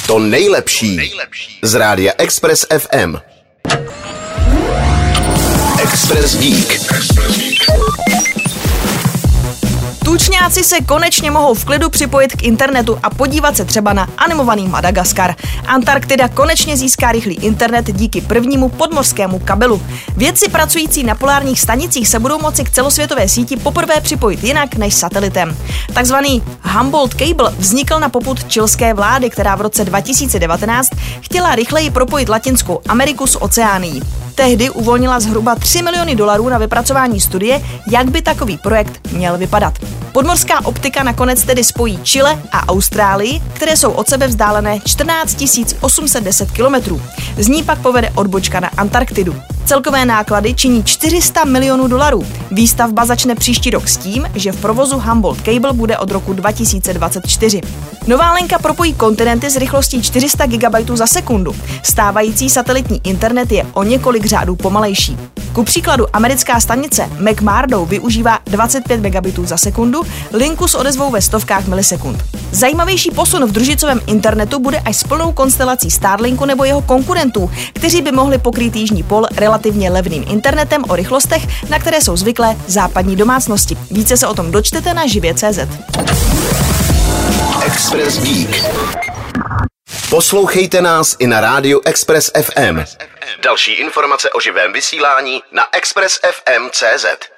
To nejlepší z rádia Express FM. Express Geek. Tučňáci se konečně mohou v klidu připojit k internetu a podívat se třeba na animovaný Madagaskar. Antarktida konečně získá rychlý internet díky prvnímu podmořskému kabelu. Vědci pracující na polárních stanicích se budou moci k celosvětové síti poprvé připojit jinak než satelitem. Takzvaný Humboldt Cable vznikl na popud chilské vlády, která v roce 2019 chtěla rychleji propojit Latinskou Ameriku s Oceánií. Tehdy uvolnila zhruba $3 miliony na vypracování studie, jak by takový projekt měl vypadat. Podmořská optika nakonec tedy spojí Chile a Austrálii, které jsou od sebe vzdálené 14 810 kilometrů. Z ní pak povede odbočka na Antarktidu. Celkové náklady činí $400 milionů. Výstavba začne příští rok s tím, že v provozu Humboldt Cable bude od roku 2024. Nová linka propojí kontinenty s rychlostí 400 GB za sekundu. Stávající satelitní internet je o několik řádů pomalejší. Ku příkladu americká stanice McMurdo využívá 25 megabitů za sekundu, linku s odezvou ve stovkách milisekund. Zajímavější posun v družicovém internetu bude až s plnou konstelací Starlinku nebo jeho konkurentů, kteří by mohli pokrýt jižní pol relativně levným internetem o rychlostech, na které jsou zvyklé západní domácnosti. Více se o tom dočtete na živě.cz. Express Geek. Poslouchejte nás i na rádiu Express FM. Další informace o živém vysílání na expressfm.cz.